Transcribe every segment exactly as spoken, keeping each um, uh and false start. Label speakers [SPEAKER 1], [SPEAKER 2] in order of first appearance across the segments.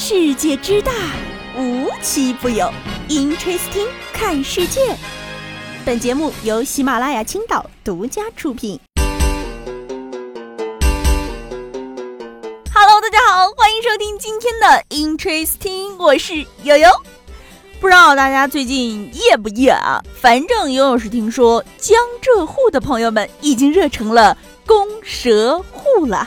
[SPEAKER 1] 世界之大，无奇不有。Interesting 看世界。本节目由喜马拉雅青岛独家出品。Hello， 大家好，欢迎收听今天的 Interesting， 我是悠悠。不知道大家最近夜不夜啊？反正悠悠是听说江浙沪的朋友们已经热成了公蛇户了。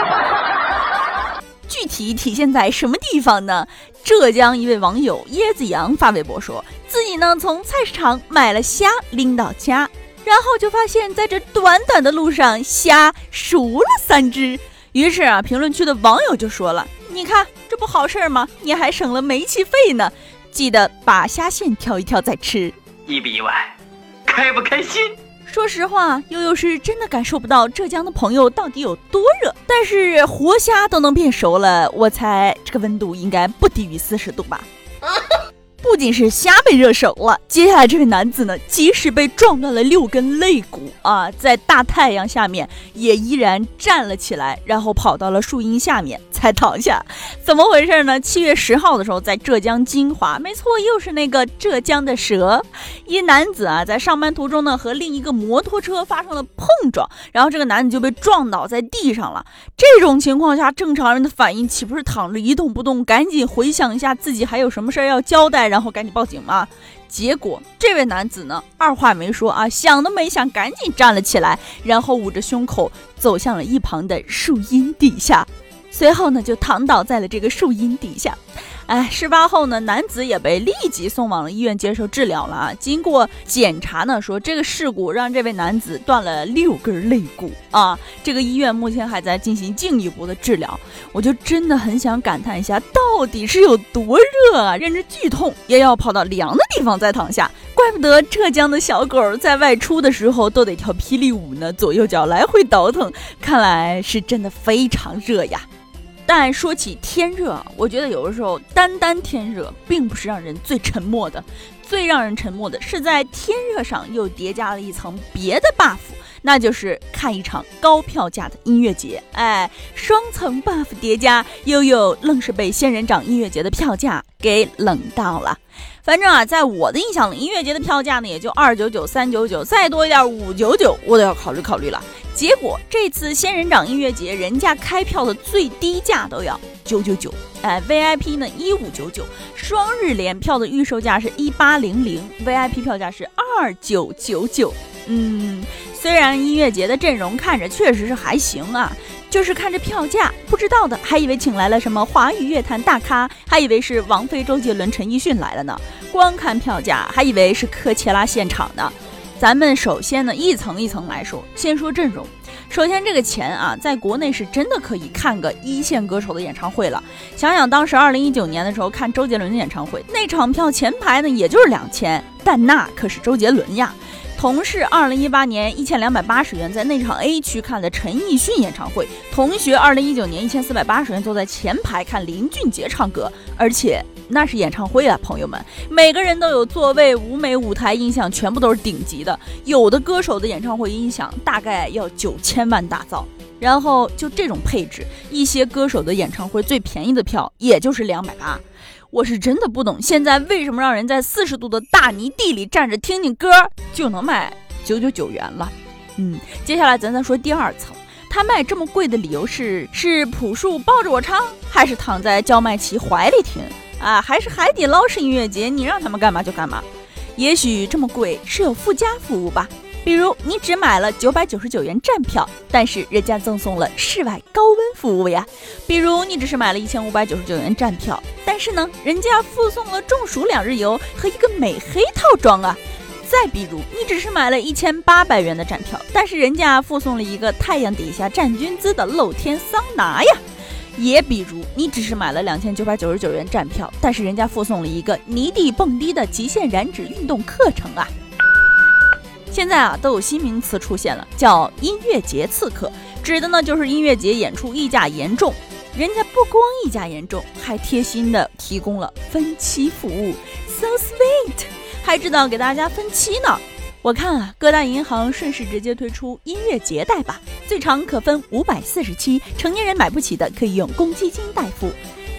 [SPEAKER 1] 具体体现在什么地方呢？浙江一位网友椰子羊发微博说，自己呢从菜市场买了虾拎到家，然后就发现在这短短的路上虾熟了三只。于是啊，评论区的网友就说了，你看这不好事吗？你还省了煤气费呢，记得把虾线挑一挑再吃。
[SPEAKER 2] 一比一万，开不开心？
[SPEAKER 1] 说实话，悠悠是真的感受不到浙江的朋友到底有多热，但是活虾都能变熟了，我猜这个温度应该不低于四十度吧。不仅是虾被热熟了，接下来这位男子呢，即使被撞断了六根肋骨啊，在大太阳下面也依然站了起来，然后跑到了树荫下面才躺下。怎么回事呢？七月十号的时候，在浙江金华，没错，又是那个浙江的蛇。一男子啊，在上班途中呢，和另一个摩托车发生了碰撞，然后这个男子就被撞倒在地上了。这种情况下，正常人的反应岂不是躺着一动不动，赶紧回想一下自己还有什么事要交代，然后赶紧报警吗？结果这位男子呢，二话没说啊，想都没想，赶紧站了起来，然后捂着胸口走向了一旁的树荫底下，随后呢就躺倒在了这个树荫底下。哎，事发后呢，男子也被立即送往了医院接受治疗了啊。经过检查呢，说这个事故让这位男子断了六根肋骨啊。这个医院目前还在进行进一步的治疗。我就真的很想感叹一下，到底是有多热啊！忍着剧痛也要跑到凉的地方再躺下。怪不得浙江的小狗在外出的时候都得跳霹雳舞呢，左右脚来回倒腾，看来是真的非常热呀。但说起天热，我觉得有的时候单单天热并不是让人最沉默的，最让人沉默的是在天热上又叠加了一层别的 buff， 那就是看一场高票价的音乐节。哎，双层 buff 叠加，悠悠愣是被仙人掌音乐节的票价给冷到了。反正啊，在我的印象里，音乐节的票价呢也就二九九、三九九，再多一点五九九，我都要考虑考虑了。结果这次仙人掌音乐节，人家开票的最低价都要九九九，哎 ，V I P 呢一五九九，双日联票的预售价是一八零零 ，V I P 票价是二九九九。嗯，虽然音乐节的阵容看着确实是还行啊，就是看着票价，不知道的还以为请来了什么华语乐坛大咖，还以为是王菲、周杰伦、陈奕迅来了呢。光看票价，还以为是科切拉现场呢。咱们首先呢，一层一层来说，先说阵容。首先这个钱啊，在国内是真的可以看个一线歌手的演唱会了。想想当时二零一九年的时候看周杰伦的演唱会，那场票前排呢也就是两千，但那可是周杰伦呀。同是二零一八年一千两百八十元在内场 A 区看的陈奕迅演唱会，同学二零一九年一千四百八十元坐在前排看林俊杰唱歌，而且那是演唱会啊，朋友们，每个人都有座位、舞美、舞台音响，全部都是顶级的。有的歌手的演唱会音响大概要九千万打造，然后就这种配置，一些歌手的演唱会最便宜的票也就是两百八。我是真的不懂，现在为什么让人在四十度的大泥地里站着听听歌就能卖九九九元了？嗯，接下来咱再说第二层，他卖这么贵的理由是是朴树抱着我唱，还是躺在焦麦琪怀里听啊？还是海底捞式音乐节，你让他们干嘛就干嘛？也许这么贵是有附加服务吧，比如你只买了九百九十九元站票，但是人家赠送了室外高温服务呀。比如你只是买了一千五百九十九元站票，但是呢，人家附送了中暑两日游和一个美黑套装啊。再比如你只是买了一千八百元的站票，但是人家附送了一个太阳底下站军姿的露天桑拿呀。也比如你只是买了两千九百九十九元站票，但是人家附送了一个泥地蹦迪的极限燃脂运动课程啊。现在啊，都有新名词出现了，叫音乐节刺客，指的呢就是音乐节演出溢价严重，人家不光溢价严重，还贴心的提供了分期服务 ，so sweet， 还知道给大家分期呢。我看啊，各大银行顺势直接推出音乐节贷吧，最长可分五百四十期，成年人买不起的可以用公积金代付。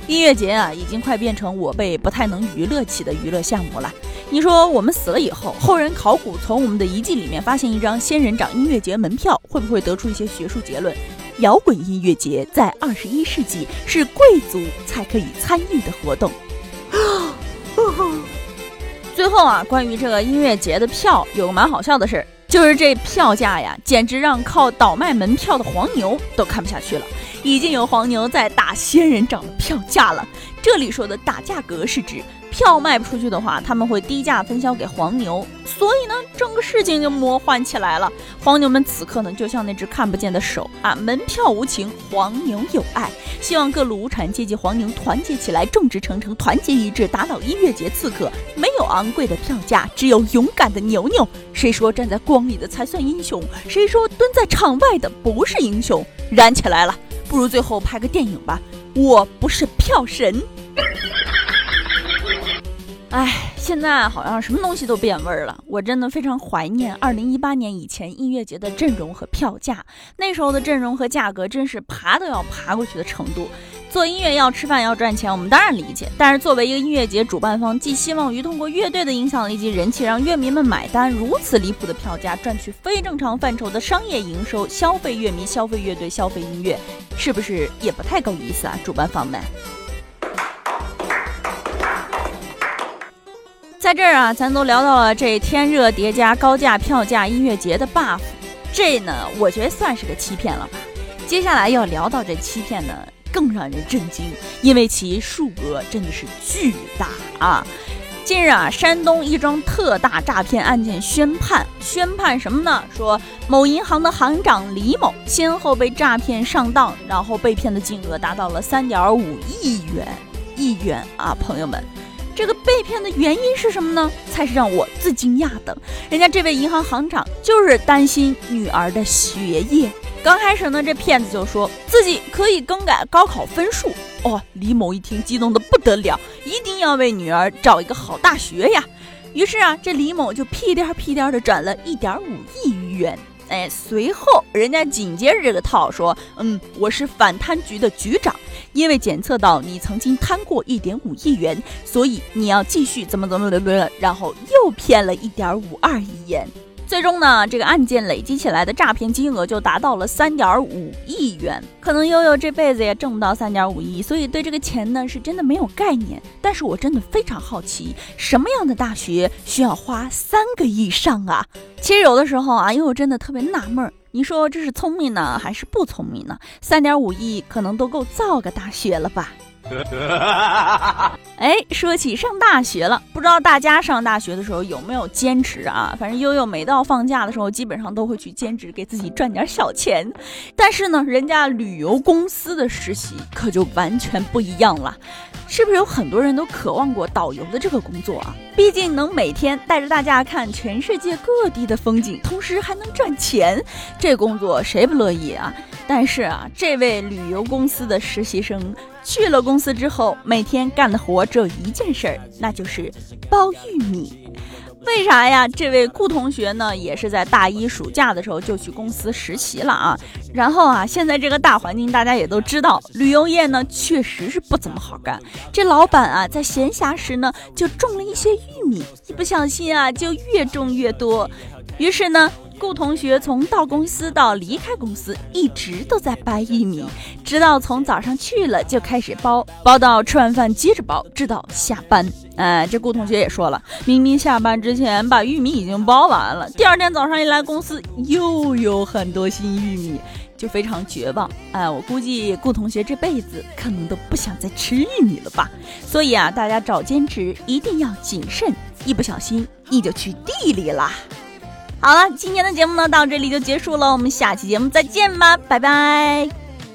[SPEAKER 1] 音乐节啊，已经快变成我辈不太能娱乐起的娱乐项目了。你说我们死了以后，后人考古从我们的遗迹里面发现一张仙人掌音乐节门票，会不会得出一些学术结论？摇滚音乐节在二十一世纪是贵族才可以参与的活动。最后啊，关于这个音乐节的票，有个蛮好笑的事，就是这票价呀，简直让靠倒卖门票的黄牛都看不下去了。已经有黄牛在打仙人掌的票价了。这里说的打价格是指票卖不出去的话，他们会低价分销给黄牛，所以呢，整个事情就魔幻起来了。黄牛们此刻呢，就像那只看不见的手啊，门票无情，黄牛有爱。希望各路无产阶级黄牛团结起来，众志成城，团结一致，打倒音乐节刺客。没有昂贵的票价，只有勇敢的牛牛。谁说站在光里的才算英雄？谁说蹲在场外的不是英雄？燃起来了！不如最后拍个电影吧，我不是票神。哎，现在好像什么东西都变味儿了，我真的非常怀念二零一八年以前音乐节的阵容和票价，那时候的阵容和价格真是爬都要爬过去的程度。做音乐要吃饭要赚钱，我们当然理解，但是作为一个音乐节主办方，寄希望于通过乐队的影响力及人气让乐迷们买单，如此离谱的票价赚取非正常范畴的商业营收，消费乐迷，消费乐队，消费音乐，是不是也不太够意思啊，主办方们？在这儿啊，咱都聊到了这天热叠加高价票价音乐节的 buff， 这呢我觉得算是个欺骗了吧。接下来要聊到这欺骗呢更让人震惊，因为其数额真的是巨大啊！近日啊，山东一桩特大诈骗案件宣判，宣判什么呢？说某银行的行长李某先后被诈骗上当，然后被骗的金额达到了三点五亿元，亿元啊，朋友们。这个被骗的原因是什么呢？才是让我最惊讶的。人家这位银行行长就是担心女儿的学业。刚开始呢，这骗子就说自己可以更改高考分数。哦，李某一听激动的不得了，一定要为女儿找一个好大学呀。于是啊，这李某就屁颠屁颠的转了一点五亿余元。哎，随后人家紧接着这个套说，嗯，我是反贪局的局长，因为检测到你曾经贪过一点五亿元，所以你要继续怎么怎么怎么，然后又骗了一点五二亿元。最终呢，这个案件累积起来的诈骗金额就达到了三点五亿元。可能悠悠这辈子也挣不到三点五亿，所以对这个钱呢是真的没有概念。但是我真的非常好奇，什么样的大学需要花三个亿上啊？其实有的时候啊，悠悠真的特别纳闷，你说这是聪明呢还是不聪明呢？三点五亿可能都够造个大学了吧。哎，说起上大学了，不知道大家上大学的时候有没有兼职啊？反正悠悠每到放假的时候，基本上都会去兼职，给自己赚点小钱。但是呢，人家旅游公司的实习可就完全不一样了。是不是有很多人都渴望过导游的这个工作啊？毕竟能每天带着大家看全世界各地的风景，同时还能赚钱，这工作谁不乐意啊？但是啊，这位旅游公司的实习生去了公司之后，每天干的活只有一件事儿，那就是包玉米。为啥呀？这位顾同学呢，也是在大一暑假的时候就去公司实习了啊。然后啊，现在这个大环境大家也都知道，旅游业呢确实是不怎么好干。这老板啊，在闲暇时呢就种了一些玉米，一不小心啊就越种越多。于是呢，顾同学从到公司到离开公司一直都在掰玉米，直到从早上去了就开始包，包到吃完饭接着包，直到下班。哎，这顾同学也说了，明明下班之前把玉米已经包完了，第二天早上一来公司又有很多新玉米，就非常绝望。哎，我估计顾同学这辈子可能都不想再吃玉米了吧。所以啊，大家找兼职一定要谨慎，一不小心你就去地里啦。好了，今天的节目呢到这里就结束了，我们下期节目再见吧，拜拜。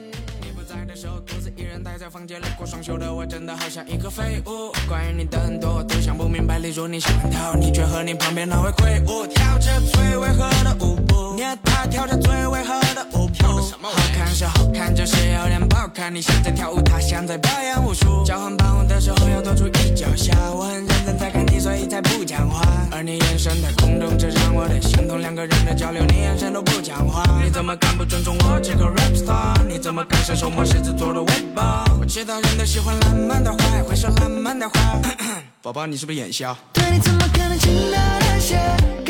[SPEAKER 1] 房间里过双休的我真的好像一个废物，关于你的很多我都想不明白，例如你喜欢逃，你却和你旁边那位魁梧跳着最违和的舞步，你和他跳着最违和的舞步，好看是好看，就是有点不好看，你像在跳舞，他像在表演武术，交换伴舞的时候要多注意脚下，我很认真在看你所以才不讲话，而
[SPEAKER 3] 看你眼神太空洞，这让我的心痛。两个人的交流，你眼神都不讲话，你怎么敢不尊重我这个 rap star？ 你怎么敢伸手摸狮子座的尾巴？我知道人都喜欢浪漫的话，会说浪漫的话。宝宝，你是不是眼瞎？
[SPEAKER 4] 对你怎么可能轻描淡写？